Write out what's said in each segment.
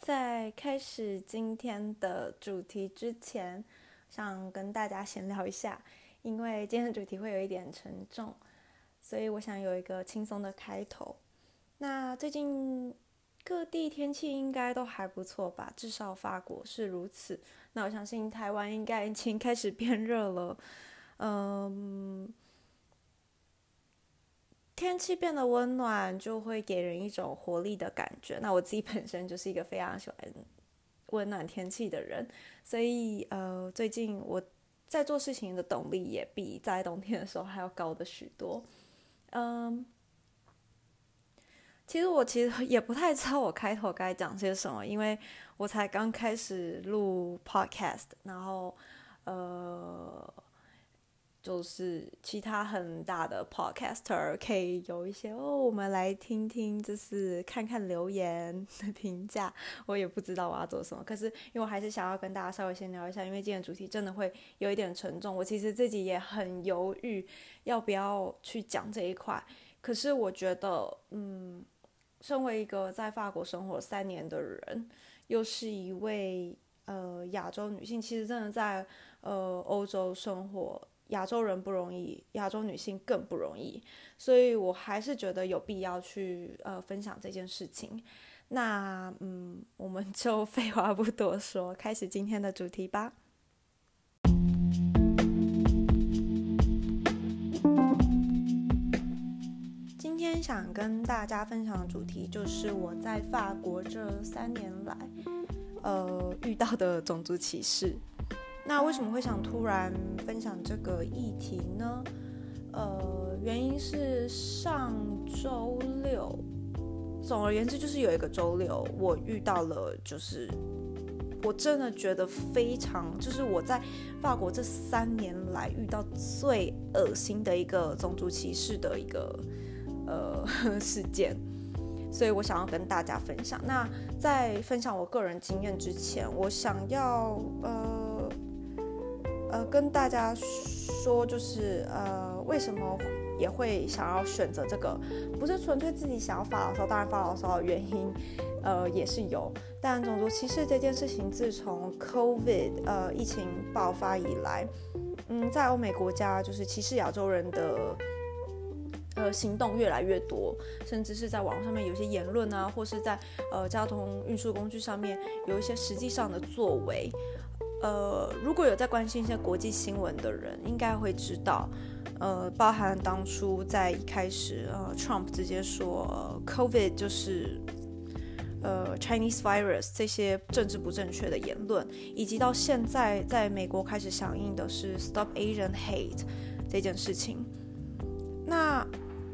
在开始今天的主题之前，想跟大家闲聊一下，因为今天的主题会有一点沉重，所以我想有一个轻松的开头。那最近各地天气应该都还不错吧，至少法国是如此。那我相信台湾应该已经开始变热了。天气变得温暖，就会给人一种活力的感觉。那我自己本身就是一个非常喜欢温暖天气的人，所以最近我在做事情的动力也比在冬天的时候还要高的许多。嗯，其实也不太知道我开头该讲些什么，因为我才刚开始录 podcast，然后就是其他很大的 podcaster 可以有一些我们来听听，就是看看留言的评价。我也不知道我要做什么，可是因为我还是想要跟大家稍微先聊一下，因为今天的主题真的会有一点沉重。我其实自己也很犹豫要不要去讲这一块，可是我觉得，身为一个在法国生活3年的人，又是一位亚洲女性，其实真的在欧洲生活。亚洲人不容易，亚洲女性更不容易，所以我还是觉得有必要去分享这件事情。那我们就废话不多说，开始今天的主题吧。今天想跟大家分享的主题就是我在法国这3年来遇到的种族歧视。那为什么会想突然分享这个议题呢？原因是上周六，总而言之就是有一个周六，我遇到了，就是我真的觉得非常，就是我在法国这3年来遇到最恶心的一个种族歧视的一个事件，所以我想要跟大家分享。那在分享我个人经验之前，我想要跟大家说，就是为什么也会想要选择这个，不是纯粹自己想要发牢骚，当然发牢骚的原因也是有，但种族歧视这件事情自从 COVID 疫情爆发以来，在欧美国家就是歧视亚洲人的行动越来越多，甚至是在网络上面有一些言论啊，或是在交通运输工具上面有一些实际上的作为。如果有在关心一些国际新闻的人，应该会知道，包含当初在一开始Trump 直接说COVID 就是Chinese virus 这些政治不正确的言论，以及到现在在美国开始响应的是 Stop Asian Hate 这件事情。那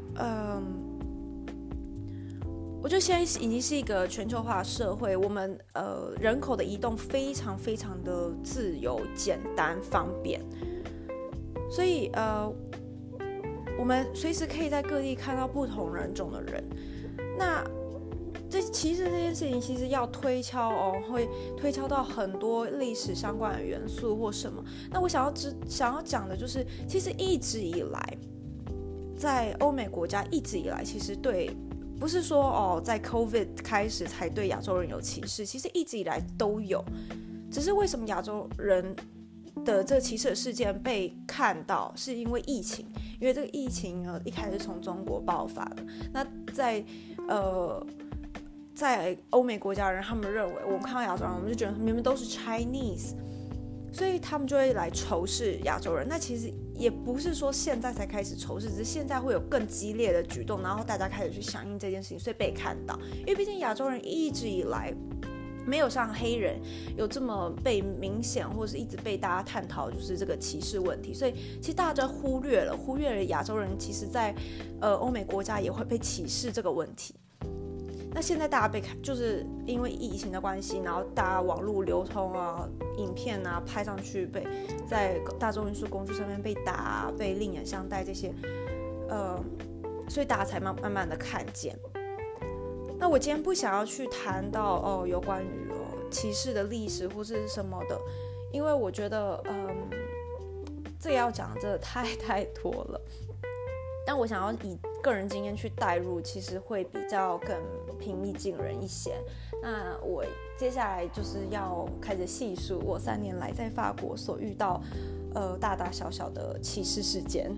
我觉得现在已经是一个全球化社会，我们人口的移动非常非常的自由、简单、方便，所以我们随时可以在各地看到不同人种的人。那歧视这件事情其实要推敲会推敲到很多历史相关的元素或什么。那我想要讲的就是，其实一直以来，在欧美国家一直以来，其实不是说在 COVID 开始才对亚洲人有歧视，其实一直以来都有，只是为什么亚洲人的这个歧视的事件被看到，是因为疫情，因为这个疫情一开始从中国爆发的。那在欧美国家的人，他们认为我们看到亚洲人，我们就觉得明明都是 Chinese， 所以他们就会来仇视亚洲人。那其实也不是说现在才开始仇视，只是现在会有更激烈的举动，然后大家开始去响应这件事情，所以被看到。因为毕竟亚洲人一直以来没有像黑人有这么被明显，或是一直被大家探讨就是这个歧视问题，所以其实大家就忽略了亚洲人其实在欧美国家也会被歧视这个问题。那现在大家就是因为疫情的关系，然后大家网络流通啊，影片啊拍上去在大众运输工具上面被打被另眼相待这些，所以大家才慢慢的看见。那我今天不想要去谈到有关于歧视的历史或是什么的，因为我觉得这要讲的真的太多了。 但我想要以个人经验去带入，其实会比较更平易近人一些。那我接下来就是要开始细数我3年来在法国所遇到大大小小的歧视事件。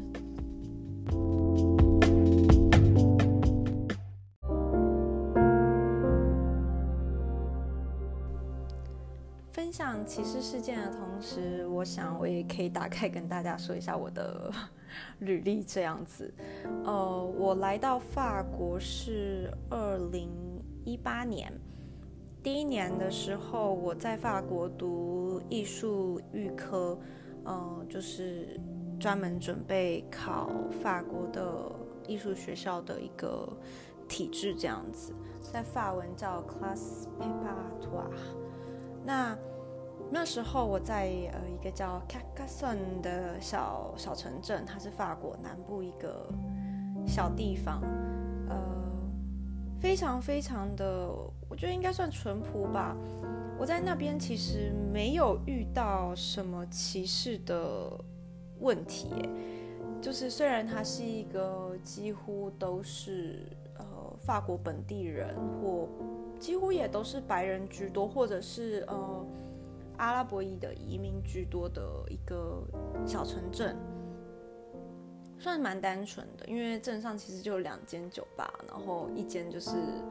分享歧视事件的同时，我想我也可以大概跟大家说一下我的履历这样子。我来到法国是2018年，第1年的时候我在法国读艺术预科，就是专门准备考法国的艺术学校的一个体制这样子，在法文叫 Classe Préparatoire。那时候我在一个叫 Carcassonne 的小城镇，它是法国南部一个小地方，非常非常的，我觉得应该算淳朴吧。我在那边其实没有遇到什么歧视的问题耶，就是虽然它是一个几乎都是法国本地人，或几乎也都是白人居多，或者是阿拉伯裔的移民居多的一个小城镇，算蛮单纯的，因为镇上其实就有2间酒吧，然后1间就是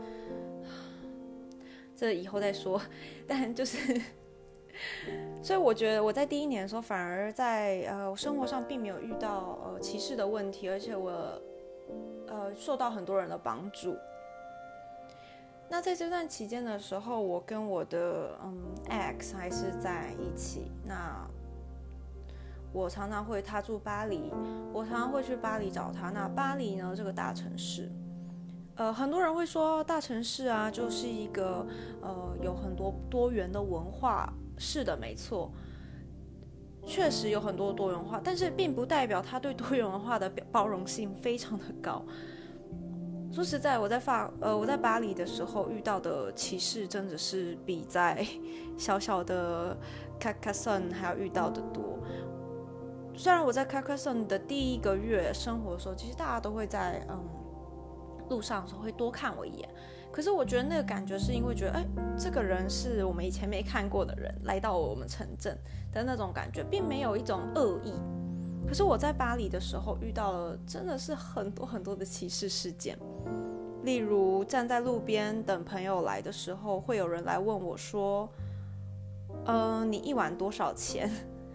这以后再说，但就是所以我觉得我在第1年的时候，反而在生活上并没有遇到歧视的问题，而且我受到很多人的帮助。那在这段期间的时候，我跟我的ex 还是在一起。那我常常会他住巴黎，我常常会去巴黎找他。那巴黎呢，这个大城市，很多人会说大城市啊，就是一个有很多多元的文化。是的，没错，确实有很多多元化，但是并不代表他对多元文化的包容性非常的高。说实在，我在巴黎的时候遇到的歧视，真的是比在小小的 Carcassonne 还要遇到的多。虽然我在 Carcassonne 的第1个月生活的时候，其实大家都会在路上的时候会多看我一眼，可是我觉得那个感觉是因为觉得，这个人是我们以前没看过的人，来到我们城镇的那种感觉，并没有一种恶意。可是我在巴黎的时候遇到了真的是很多很多的歧视事件，例如站在路边等朋友来的时候，会有人来问我说你1晚多少钱？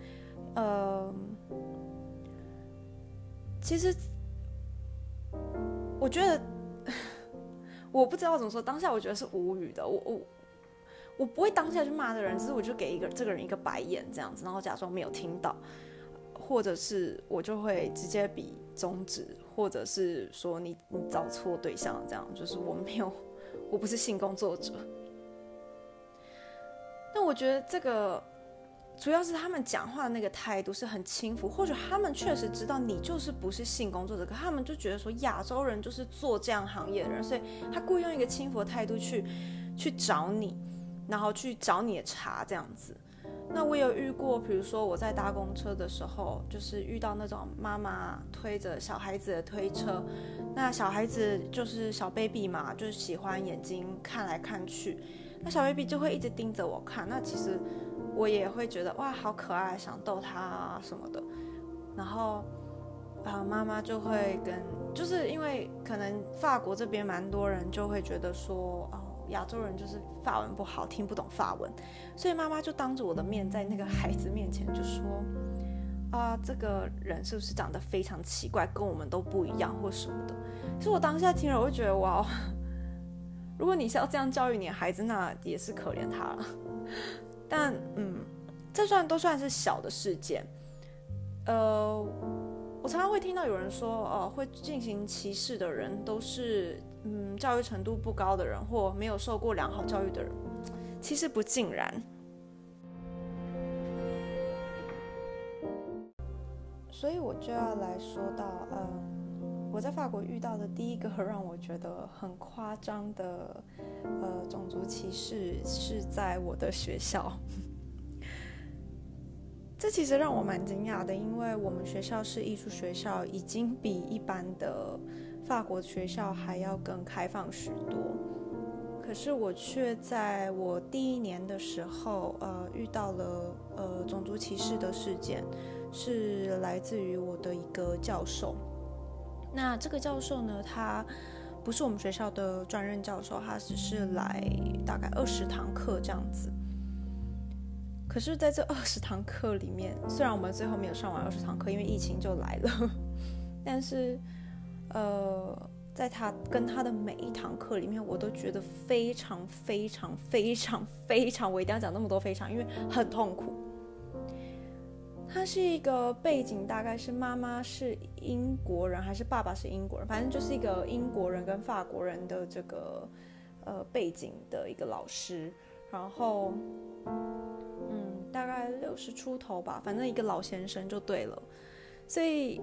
其实我觉得我不知道怎么说，当下我觉得是无语的。我不会当下去骂的人，只是我就给这个人一个白眼这样子，然后假装没有听到，或者是我就会直接比中指，或者是说你找错对象，这样就是我不是性工作者。但我觉得这个主要是他们讲话的那个态度是很轻浮，或者他们确实知道你就是不是性工作者，可他们就觉得说亚洲人就是做这样行业的人，所以他故意用一个轻浮的态度去找你，然后去找你的茬这样子。那我有遇过，比如说我在搭公车的时候，就是遇到那种妈妈推着小孩子的推车，那小孩子就是小 baby 嘛，就是喜欢眼睛看来看去，那小 baby 就会一直盯着我看，那其实我也会觉得哇好可爱，想逗他什么的，然后妈妈就会就是因为可能法国这边蛮多人就会觉得说亚洲人就是法文不好，听不懂法文，所以妈妈就当着我的面在那个孩子面前就说这个人是不是长得非常奇怪，跟我们都不一样或什么的。其实我当下听了我会觉得哇，如果你是要这样教育你的孩子，那也是可怜他了。但这都算是小的事件。我常常会听到有人说会进行歧视的人都是教育程度不高的人，或没有受过良好教育的人。其实不尽然。所以我就要来说到我在法国遇到的第一个让我觉得很夸张的种族歧视是在我的学校。 这其实让我蛮惊讶的，因为我们学校是艺术学校，已经比一般的法国学校还要更开放许多。可是我却在我第一年的时候，遇到了种族歧视的事件，是来自于我的一个教授。那这个教授呢，他不是我们学校的专任教授，他只是来大概20堂课这样子。可是在这20堂课里面，虽然我们最后没有上完20堂课，因为疫情就来了，但是在他跟他的每一堂课里面，我都觉得非常非常非常非常，我一定要讲那么多非常，因为很痛苦。他是一个背景大概是妈妈是英国人还是爸爸是英国人，反正就是一个英国人跟法国人的这个背景的一个老师，然后大概60出头吧，反正一个老先生就对了。所以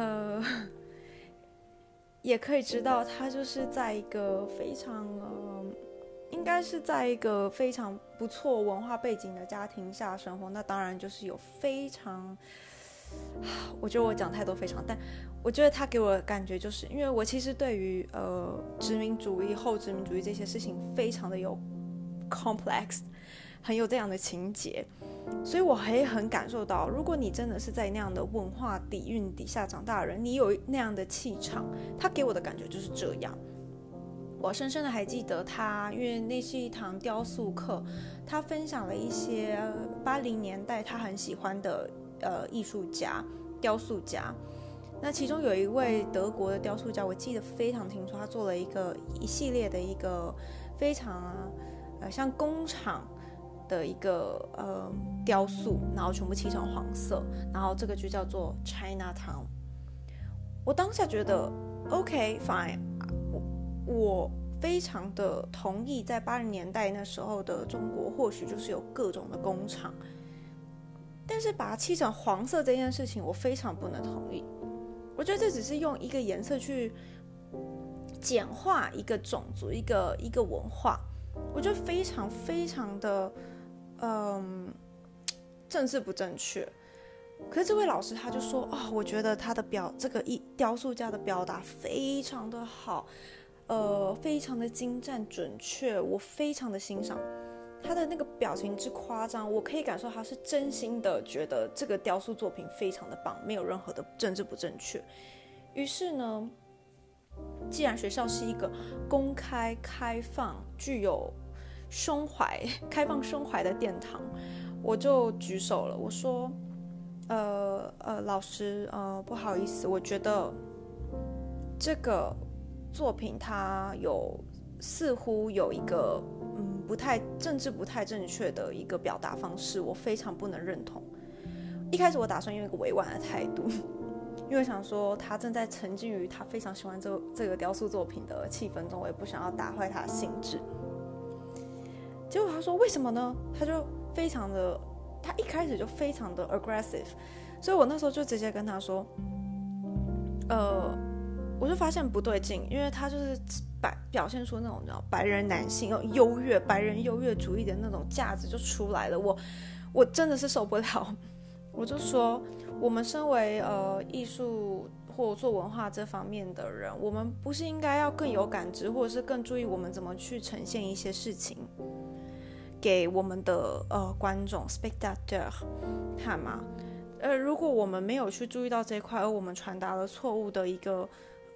也可以知道他就是在一个非常应该是在一个非常不错文化背景的家庭下生活，那当然就是有非常，我觉得我讲太多非常，但我觉得他给我的感觉就是，因为我其实对于殖民主义、后殖民主义这些事情非常的有 complex， 很有这样的情节，所以我很感受到，如果你真的是在那样的文化底蕴底下长大的人，你有那样的气场，他给我的感觉就是这样。我深深的还记得他，因为那是一堂雕塑课，他分享了一些80年代他很喜欢的艺术家、雕塑家。那其中有一位德国的雕塑家，我记得非常清楚，他做了一系列的一个非常像工厂的一个雕塑，然后全部漆成黄色，然后这个就叫做 Chinatown。我当下觉得 OK fine， 我非常的同意，在80年代那时候的中国或许就是有各种的工厂，但是把它漆成黄色这件事情我非常不能同意。我觉得这只是用一个颜色去简化一个种族、一个文化，我觉得非常非常的政治不正确。可是这位老师他就说我觉得他的这个雕塑家的表达非常的好，非常的精湛准确，我非常的欣赏他的那个表情之夸张，我可以感受他是真心的觉得这个雕塑作品非常的棒，没有任何的政治不正确。于是呢，既然学校是一个公开开放具有开放胸怀的殿堂，我就举手了，我说老师不好意思，我觉得这个作品它似乎有一个政治不太正确的一个表达方式，我非常不能认同。一开始我打算用一个委婉的态度，因为想说他正在沉浸于他非常喜欢这个雕塑作品的气氛中，我也不想要打坏他的兴致。结果他说为什么呢？他一开始就非常的 aggressive， 所以我那时候就直接跟他说我就发现不对劲，因为他就是表现出那种白人男性白人优越主义的那种价值就出来了，我真的是受不了。我就说我们身为艺术或做文化这方面的人，我们不是应该要更有感知，或者是更注意我们怎么去呈现一些事情给我们的观众 spectator 看吗？如果我们没有去注意到这一块，而我们传达了错误的一个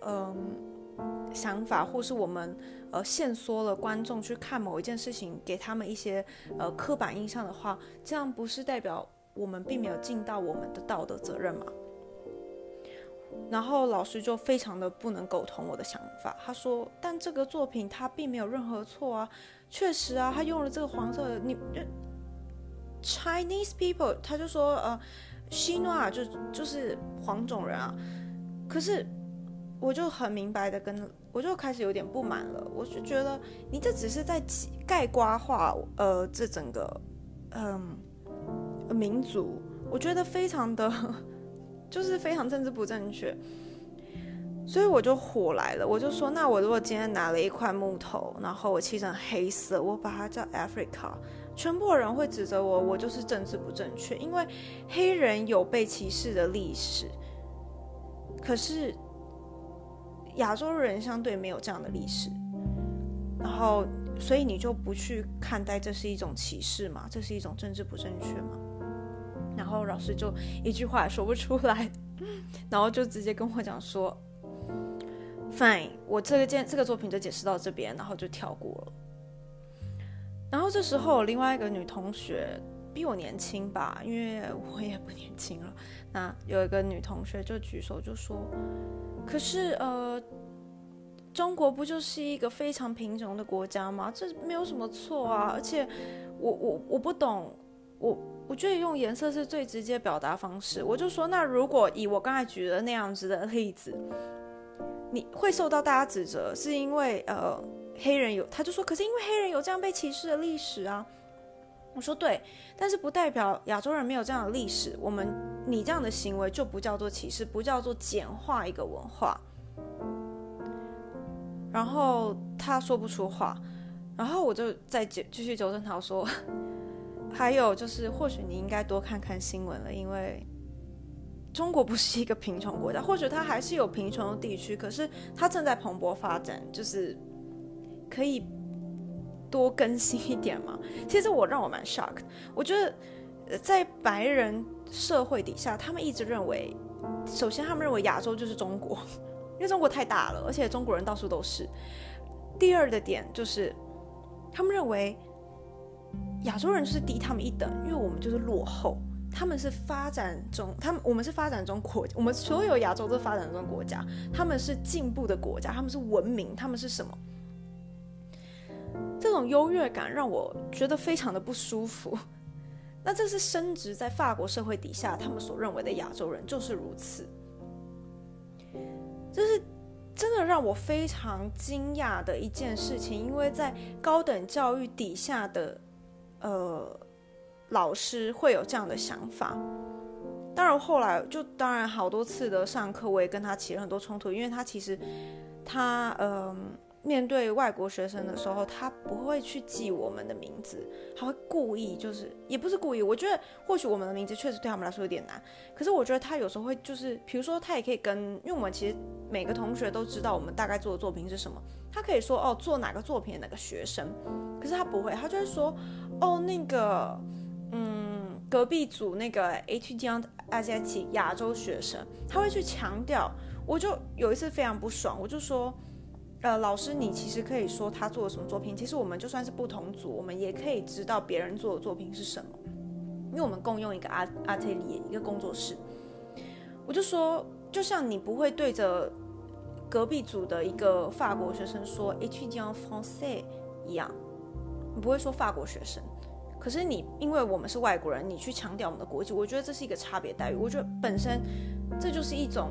想法，或是我们限缩了观众去看某一件事情，给他们一些刻板印象的话，这样不是代表我们并没有尽到我们的道德责任吗？然后老师就非常的不能苟同我的想法，他说但这个作品它并没有任何错啊，确实啊，他用了这个黄色的Chinese people， 他就说西诺啊就是黄种人啊。可是我就很明白的我就开始有点不满了，我就觉得你这只是在概括化这整个民族，我觉得非常的就是非常政治不正确。所以我就火来了，我就说那我如果今天拿了一块木头，然后我漆成黑色，我把它叫 Africa， 全部人会指责我就是政治不正确，因为黑人有被歧视的历史，可是亚洲人相对没有这样的历史，然后所以你就不去看待这是一种歧视嘛，这是一种政治不正确嘛。然后老师就一句话也说不出来，然后就直接跟我讲说 fine， 我这个作品就解释到这边，然后就跳过了。然后这时候另外一个女同学比我年轻吧，因为我也不年轻了，那有一个女同学就举手就说，可是中国不就是一个非常贫穷的国家吗？这没有什么错啊，而且我不懂，我觉得用颜色是最直接表达方式。我就说，那如果以我刚才举的那样子的例子，你会受到大家指责，是因为黑人有，他就说，可是因为黑人有这样被歧视的历史啊。我说对，但是不代表亚洲人没有这样的历史。你这样的行为就不叫做歧视，不叫做简化一个文化。然后他说不出话，然后我就再继续纠正他说，还有就是或许你应该多看看新闻了，因为中国不是一个贫穷国家，或许它还是有贫穷的地区，可是它正在蓬勃发展，就是可以多更新一点嘛。其实让我蛮 shock， 我觉得在白人社会底下，他们一直认为，首先他们认为亚洲就是中国，因为中国太大了，而且中国人到处都是。第二的点就是他们认为亚洲人就是低他们一等，因为我们就是落后，他们是发展中，我们是发展中国家，我们所有亚洲都是发展中国家，他们是进步的国家，他们是文明，他们是什么？这种优越感让我觉得非常的不舒服。那这是深植在法国社会底下，他们所认为的亚洲人就是如此。这是真的让我非常惊讶的一件事情，因为在高等教育底下的老师会有这样的想法。当然后来当然好多次的上课我也跟他起了很多冲突，因为他其实面对外国学生的时候，他不会去记我们的名字，他会故意，就是也不是故意，我觉得或许我们的名字确实对他们来说有点难，可是我觉得他有时候会就是比如说他也可以因为我们其实每个同学都知道我们大概做的作品是什么，他可以说做哪个作品的哪个学生，可是他不会，他就会说那个隔壁组那个 étudiant asiatique 亚洲学生，他会去强调。我就有一次非常不爽，我就说老师，你其实可以说他做了什么作品，其实我们就算是不同组，我们也可以知道别人做的作品是什么，因为我们共用一个atelier，一个工作室。我就说，就像你不会对着隔壁组的一个法国学生说 étudiant français 一样，你不会说法国学生，可是因为我们是外国人，你去强调我们的国籍，我觉得这是一个差别待遇。我觉得本身这就是一种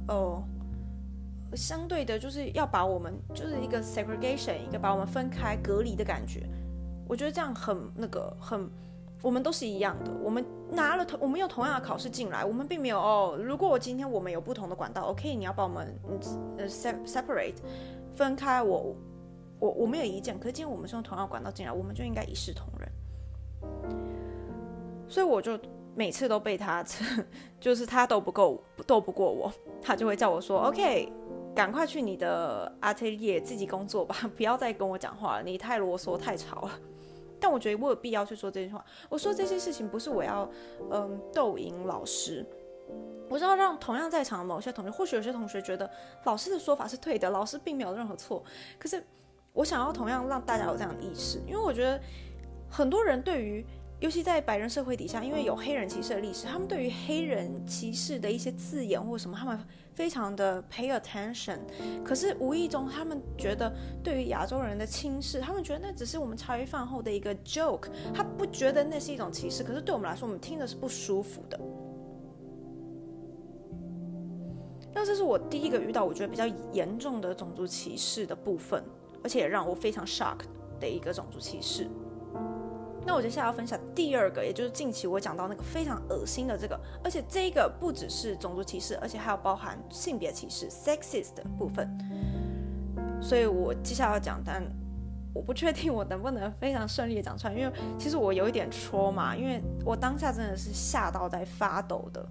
相对的，就是要把我们就是一个 segregation， 一个把我们分开隔离的感觉。我觉得这样很我们都是一样的，我们有同样的考试进来，我们并没有如果今天我们有不同的管道 ，OK， 你要把我们separate 分开，我没有意见，可是今天我们是用同样的管道进来，我们就应该一视同仁。所以我就每次都被他，就是他斗不过我，他就会叫我说 OK， 赶快去你的 atelier 自己工作吧，不要再跟我讲话了，你太啰嗦太吵了。但我觉得我有必要去说这句话，我说这些事情不是我要斗赢老师，我是要让同样在场的某些同学，或许有些同学觉得老师的说法是对的，老师并没有任何错，可是我想要同样让大家有这样的意识，因为我觉得很多人对于尤其在白人社会底下，因为有黑人歧视的历史，他们对于黑人歧视的一些字眼或什么，他们非常的 pay attention。可是无意中，他们觉得对于亚洲人的轻视，他们觉得那只是我们茶余饭后的一个 joke， 他不觉得那是一种歧视。可是对我们来说，我们听的是不舒服的。那这是我第一个遇到我觉得比较严重的种族歧视的部分，而且也让我非常 shock 的一个种族歧视。那我接下来要分享第二个，也就是近期我讲到那个非常恶心的这个，而且这个不只是种族歧视，而且还有包含性别歧视 sexist 的部分。所以我接下来要讲，但我不确定我能不能非常顺利的讲出来，因为其实我有一点trauma，因为我当下真的是吓到在发抖的。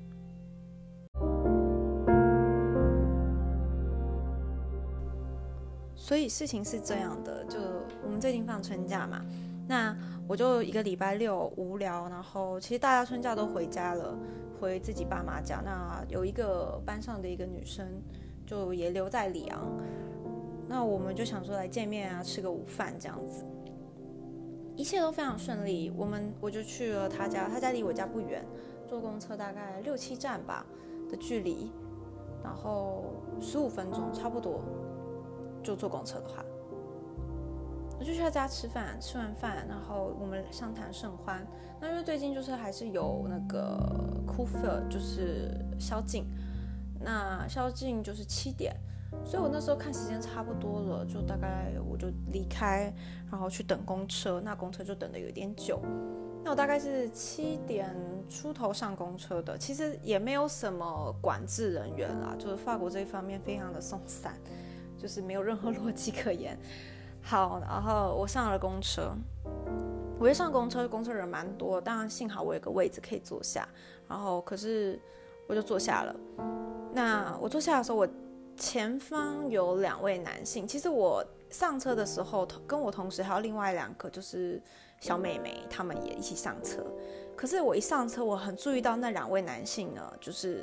所以事情是这样的，就我们最近放春假嘛，那我就一个礼拜六无聊，然后其实大家春假都回家了，回自己爸妈家。那有一个班上的一个女生就也留在里昂，那我们就想说来见面啊，吃个午饭这样子，一切都非常顺利。我就去了她家，她家离我家不远，坐公车大概6-7站吧的距离，然后15分钟差不多。就坐公车的话，我就去他家吃饭，吃完饭，然后我们相谈甚欢。那因为最近就是还是有那个库菲，就是宵禁，那宵禁就是7点，所以我那时候看时间差不多了，就大概我就离开，然后去等公车。那公车就等得有点久，那我大概是7点出头上公车的，其实也没有什么管制人员啦，就是法国这一方面非常的松散。就是没有任何逻辑可言。好，然后我上了公车，我一上公车，公车人蛮多，当然幸好我有个位置可以坐下，然后可是我就坐下了。那我坐下的时候，我前方有2位男性，其实我上车的时候跟我同时还有另外2个就是小妹妹，她们也一起上车。可是我一上车，我很注意到那2位男性呢，就是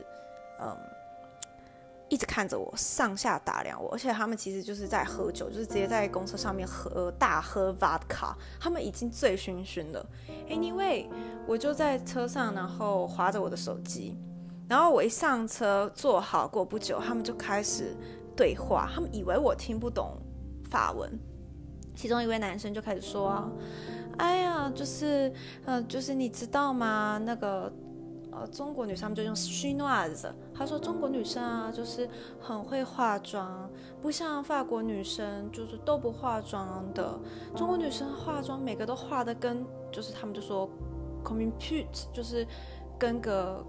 一直看着我，上下打量我，而且他们其实就是在喝酒，就是直接在公车上面大喝 vodka， 他们已经醉醺醺了。Anyway， 我就在车上，然后滑着我的手机，然后我一上车坐好，过不久他们就开始对话，他们以为我听不懂法文，其中一位男生就开始说啊，哎呀，就是你知道吗？那个。中国女生他们就用 chinoise， 他说中国女生啊，就是很会化妆，不像法国女生就是都不化妆的。中国女生化妆每个都化的跟就是他们就说 comme une pute， 就是跟个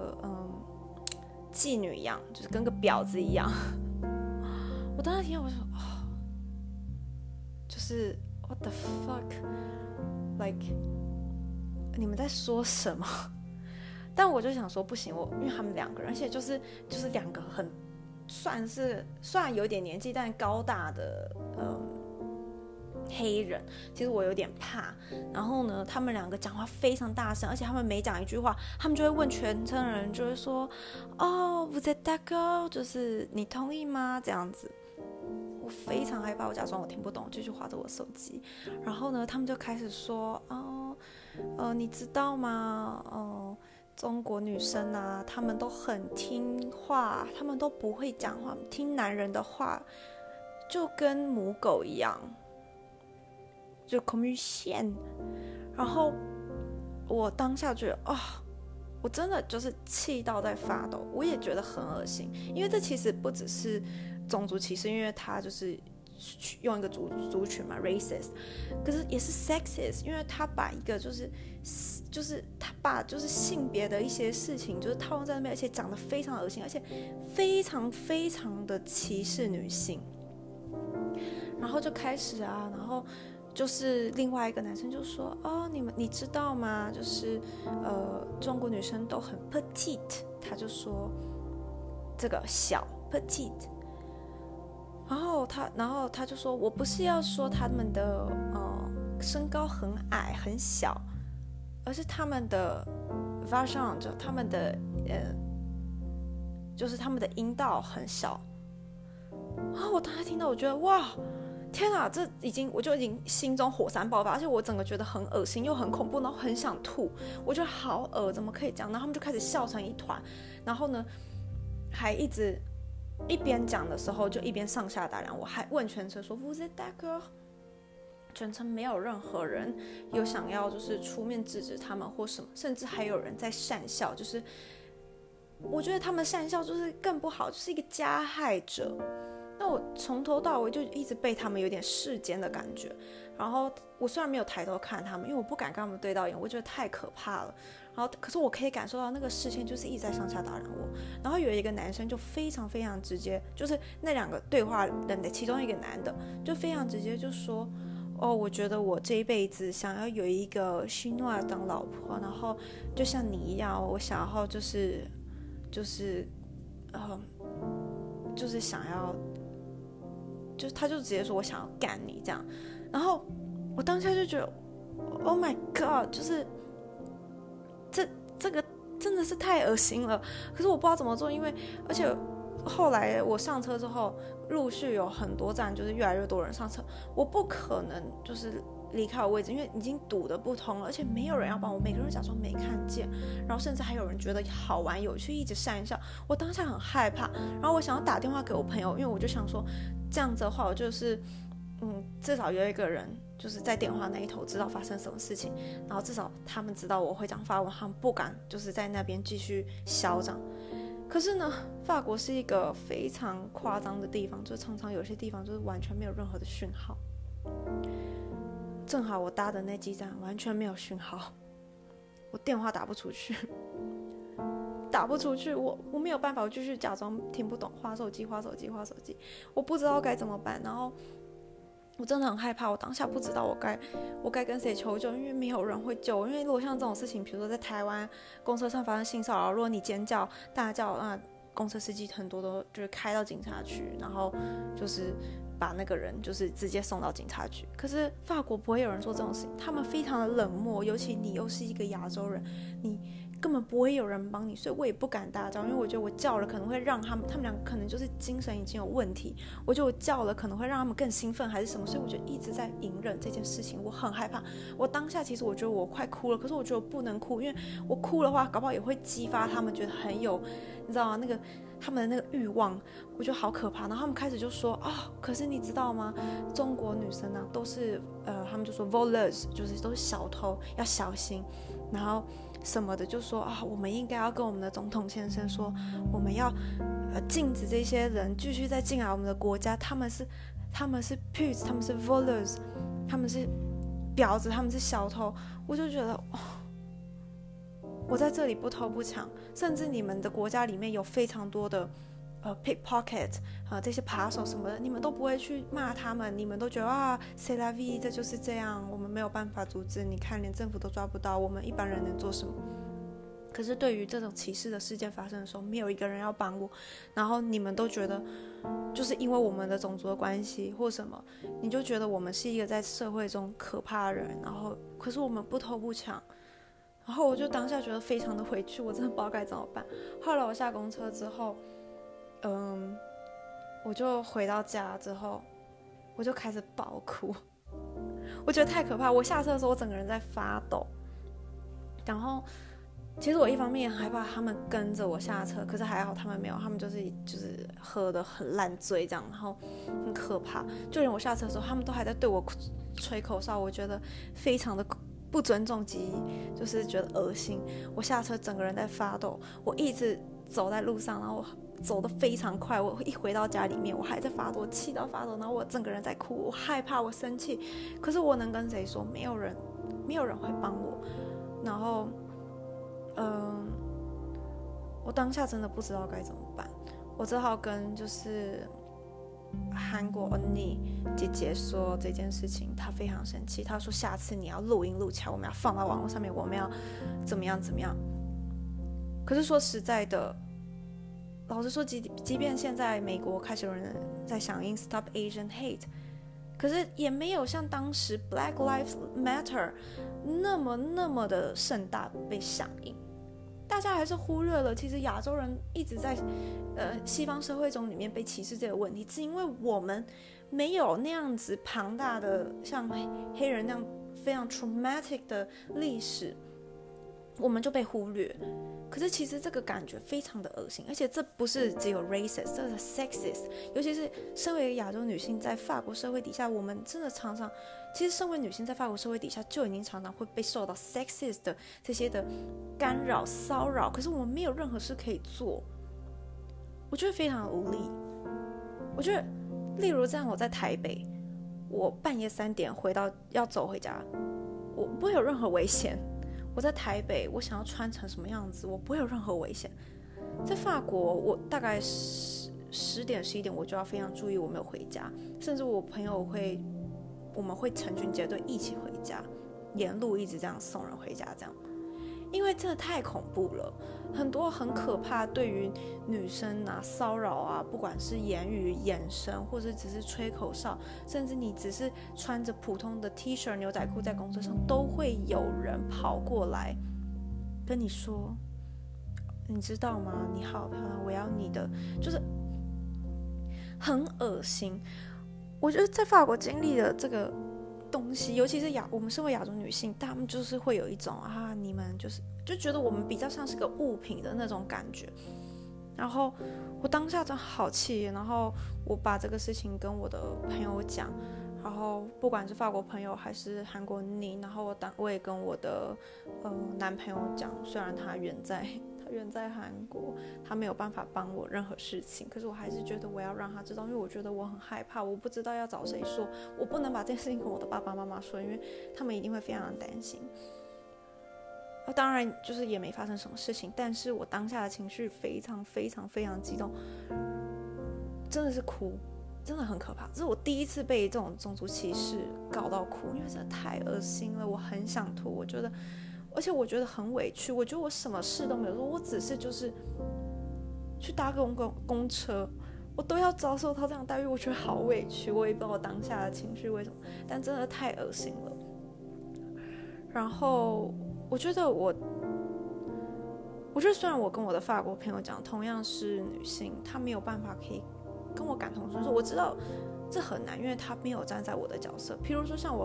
妓女一样，就是跟个婊子一样。我当时听到我说就是 what the fuck like 你们在说什么？但我就想说不行，因为他们2个人，而且就是2个很算是虽然有点年纪但高大的黑人，其实我有点怕。然后呢，他们2个讲话非常大声，而且他们每讲一句话，他们就会问全车人，就会说哦 vous êtes d'accord， 就是你同意吗？这样子。我非常害怕，我假装我听不懂，继续划着我手机。然后呢，他们就开始说你知道吗？中国女生啊，她们都很听话，她们都不会讲话，听男人的话，就跟母狗一样，就 communication。然后我当下觉得我真的就是气到在发抖，我也觉得很恶心，因为这其实不只是种族歧视，因为他就是用一个族群嘛 racist， 可是也是 sexist， 因为他把一个就是他把就是性别的一些事情就是套用在那边，而且讲得非常恶心，而且非常非常的歧视女性。然后就开始啊，然后就是另外一个男生就说你知道吗？就是中国女生都很 petite， 他就说这个小 petite。然后他就说，我不是要说他们的身高很矮很小，而是他们的 vagin， 就他们的就是他们的阴道很小。我当时听到，我觉得哇，天啊，我就已经心中火山爆发，而且我整个觉得很恶心又很恐怖，然后很想吐，我觉得好恶，怎么可以这样？然后他们就开始笑成一团，然后呢还一边讲的时候就一边上下打量我，还问全车说 vous êtes d'accord， 全程没有任何人有想要就是出面制止他们或什么，甚至还有人在讪笑，就是我觉得他们讪笑就是更不好，就是一个加害者。 那我从头到尾就一直被他们有点世间的感觉，然后我虽然没有抬头看他们，因为我不敢跟他们对到眼，我觉得太可怕了。然后可是我可以感受到那个视线就是一直在上下打量我，然后有一个男生就非常非常直接，就是那2个对话人的其中一个男的就非常直接就说，我觉得我这一辈子想要有一个希诺亚当老婆，然后就像你一样，我想要就是想要，就是他就直接说我想要干你这样，然后我当下就觉得 Oh my God， 就是这个真的是太恶心了。可是我不知道怎么做，因为而且后来我上车之后，陆续有很多站就是越来越多人上车，我不可能就是离开我位置，因为已经堵得不通了，而且没有人要帮我，每个人假装没看见，然后甚至还有人觉得好玩有趣，一直讪笑。我当下很害怕，然后我想要打电话给我朋友，因为我就想说这样子的话，我就是至少有一个人就是在电话那一头知道发生什么事情，然后至少他们知道我会讲法文，他们不敢就是在那边继续嚣张。可是呢，法国是一个非常夸张的地方，就常常有些地方就是完全没有任何的讯号。正好我搭的那几站完全没有讯号，我电话打不出去，我没有办法，我继续假装听不懂，滑手机，我不知道该怎么办。然后我真的很害怕，我当下不知道我该跟谁求救，因为没有人会救我。因为如果像这种事情，比如说在台湾公车上发生性骚扰，如果你尖叫大叫，那公车司机很多都就是开到警察局，然后就是把那个人就是直接送到警察局。可是法国不会有人做这种事情，他们非常的冷漠，尤其你又是一个亚洲人，你根本不会有人帮你，所以我也不敢大叫，因为我觉得我叫了可能会让他们两个可能就是精神已经有问题，我觉得我叫了可能会让他们更兴奋还是什么，所以我就一直在隐忍这件事情，我很害怕。我当下其实我觉得我快哭了，可是我觉得我不能哭，因为我哭的话搞不好也会激发他们觉得很有，你知道吗？那个他们的那个欲望，我觉得好可怕。然后他们开始就说可是你知道吗？中国女生啊都是他们就说 voleurs， 就是都是小偷，要小心。然后什么的就说我们应该要跟我们的总统先生说，我们要禁止这些人继续再进来我们的国家，他们是 putes， 他们是 voleurs， 他们是婊子，他们是小偷。我就觉得我在这里不偷不抢，甚至你们的国家里面有非常多的pickpocket 这些扒手什么的，你们都不会去骂他们，你们都觉得c'est la vie， 这就是这样，我们没有办法阻止，你看连政府都抓不到，我们一般人能做什么？可是对于这种歧视的事件发生的时候，没有一个人要帮我，然后你们都觉得就是因为我们的种族的关系或什么，你就觉得我们是一个在社会中可怕的人，然后可是我们不偷不抢。然后我就当下觉得非常的委屈，我真的不知道该怎么办。后来我下公车之后我就回到家之后，我就开始爆哭，我觉得太可怕。我下车的时候，我整个人在发抖。然后，其实我一方面也很害怕他们跟着我下车，可是还好他们没有，他们就是喝得很烂醉这样，然后很可怕。就连我下车的时候，他们都还在对我吹口哨，我觉得非常的不尊重及就是觉得恶心。我下车整个人在发抖，我一直走在路上，然后我走得非常快，我一回到家里面我还在发抖，气到发抖，然后我整个人在哭，我害怕，我生气，可是我能跟谁说？没有人会帮我。然后我当下真的不知道该怎么办，我只好跟就是韩国恩妮姐姐说这件事情，她非常生气，她说下次你要录音录起来，我们要放到网络上面，我们要怎么样。可是说实在的，老实说，即便现在美国开始有人在响应 Stop Asian Hate， 可是也没有像当时 Black Lives Matter 那么的盛大被响应。大家还是忽略了，其实亚洲人一直在西方社会中里面被歧视这个问题，是因为我们没有那样子庞大的像黑人那样非常 traumatic 的历史，我们就被忽略。可是其实这个感觉非常的恶心，而且这不是只有 racist， 这是 sexist。尤其是身为亚洲女性在法国社会底下，我们真的常常，其实身为女性在法国社会底下就已经常常会被受到 sexist 的这些的干扰骚扰，可是我们没有任何事可以做，我觉得非常无力。我觉得例如这样，我在台北，我半夜3点要走回家，我不会有任何危险。我在台北，我想要穿成什么样子，我不会有任何危险。在法国，我大概10点11点我就要非常注意我没有回家，甚至我朋友我们会成群结队一起回家，沿路一直这样送人回家这样。因为真的太恐怖了，很多很可怕对于女生啊骚扰啊，不管是言语、眼神，或者只是吹口哨，甚至你只是穿着普通的 T 恤、牛仔裤在公车上，都会有人跑过来跟你说，你知道吗？你好漂亮，我要你的，就是很恶心。我觉得在法国经历了这个东西，尤其是我们身为亚洲女性，她们就是会有一种你们就觉得我们比较像是个物品的那种感觉。然后我当下真的好气，然后我把这个事情跟我的朋友讲，然后不管是法国朋友还是韩国你，然后我也跟我的男朋友讲，虽然他远在韩国，他没有办法帮我任何事情，可是我还是觉得我要让他知道，因为我觉得我很害怕，我不知道要找谁说，我不能把这件事情跟我的爸爸妈妈说，因为他们一定会非常的担心。当然就是也没发生什么事情，但是我当下的情绪非常非常非常激动，真的是哭，真的很可怕。这是我第一次被这种种族歧视搞到哭，因为真的太恶心了，我很想吐，而且我觉得很委屈，我觉得我什么事都没有做，我只是就是去搭个公车，我都要遭受到这样的待遇，我觉得好委屈，我也不知道我当下的情绪为什么，但真的太恶心了。然后我觉得虽然我跟我的法国朋友讲，同样是女性，她没有办法可以跟我感同身受，我知道这很难，因为她没有站在我的角色。譬如说像我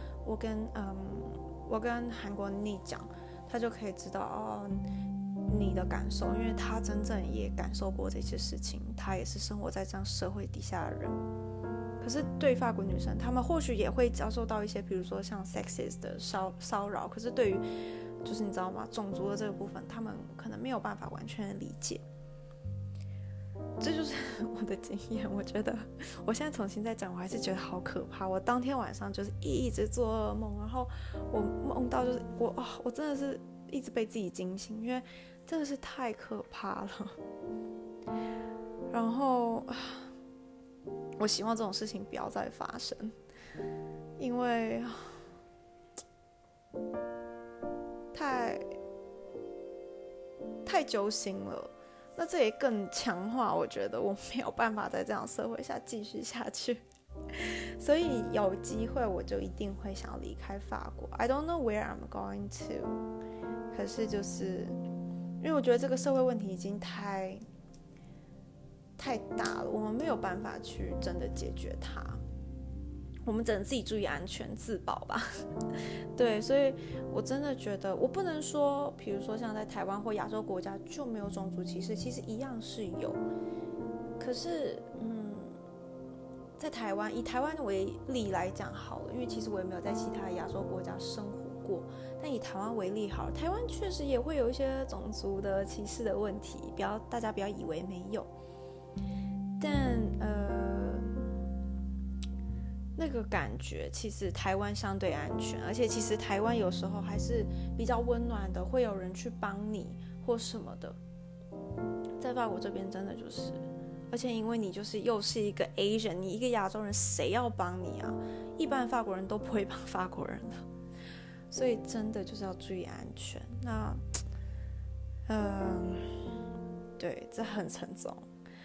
跟韩国你讲，他就可以知道你的感受，因为他真正也感受过这些事情，他也是生活在这样社会底下的人。可是对法国女生，她们或许也会遭受到一些，比如说像 sexist 的骚扰，可是对于就是你知道吗，种族的这个部分，她们可能没有办法完全理解。这就是我的经验，我觉得我现在重新再讲，我还是觉得好可怕。我当天晚上就是一直做噩梦，然后我梦到就是我真的是一直被自己惊醒，因为真的是太可怕了。然后我希望这种事情不要再发生，因为太揪心了。那这也更强化我觉得我没有办法在这样社会下继续下去，所以有机会我就一定会想要离开法国。 I don't know where I'm going to， 可是就是因为我觉得这个社会问题已经太大了，我们没有办法去真的解决它，我们只能自己注意安全自保吧。对，所以我真的觉得我不能说比如说像在台湾或亚洲国家就没有种族歧视，其实一样是有。可是在台湾，以台湾为例来讲好了，因为其实我也没有在其他亚洲国家生活过，但以台湾为例好了，台湾确实也会有一些种族的歧视的问题，大家不要以为没有，但那个感觉其实台湾相对安全，而且其实台湾有时候还是比较温暖的，会有人去帮你或什么的。在法国这边真的就是，而且因为你就是又是一个 Asian， 你一个亚洲人谁要帮你啊？一般法国人都不会帮法国人的，所以真的就是要注意安全。那对，这很沉重。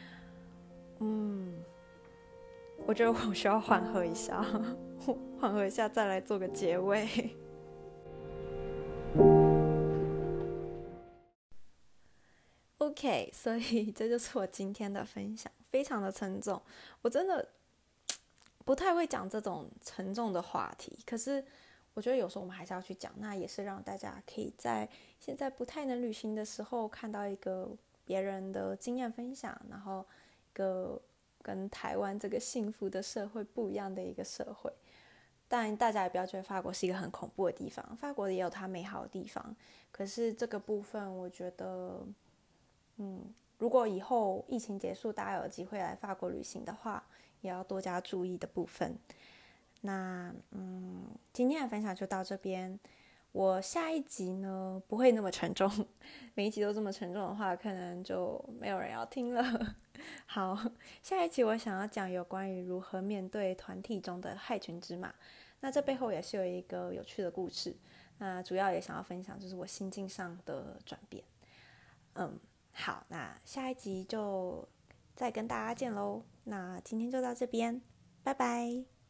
我觉得我需要缓和一下，再来做个结尾。OK， 所以这就是我今天的分享，非常的沉重。我真的不太会讲这种沉重的话题，可是我觉得有时候我们还是要去讲，那也是让大家可以在现在不太能旅行的时候，看到一个别人的经验分享，然后一个跟台湾这个幸福的社会不一样的一个社会。当然大家也不要觉得法国是一个很恐怖的地方，法国也有它美好的地方，可是这个部分我觉得如果以后疫情结束大家有机会来法国旅行的话， 也要多加注意的部分。那今天的分享就到这边。我下一集呢不会那么沉重，每一集都这么沉重的话，可能就没有人要听了。好，下一集我想要讲有关于如何面对团体中的害群之马。那这背后也是有一个有趣的故事。那主要也想要分享就是我心境上的转变。好，那下一集就再跟大家见喽。那今天就到这边，拜拜。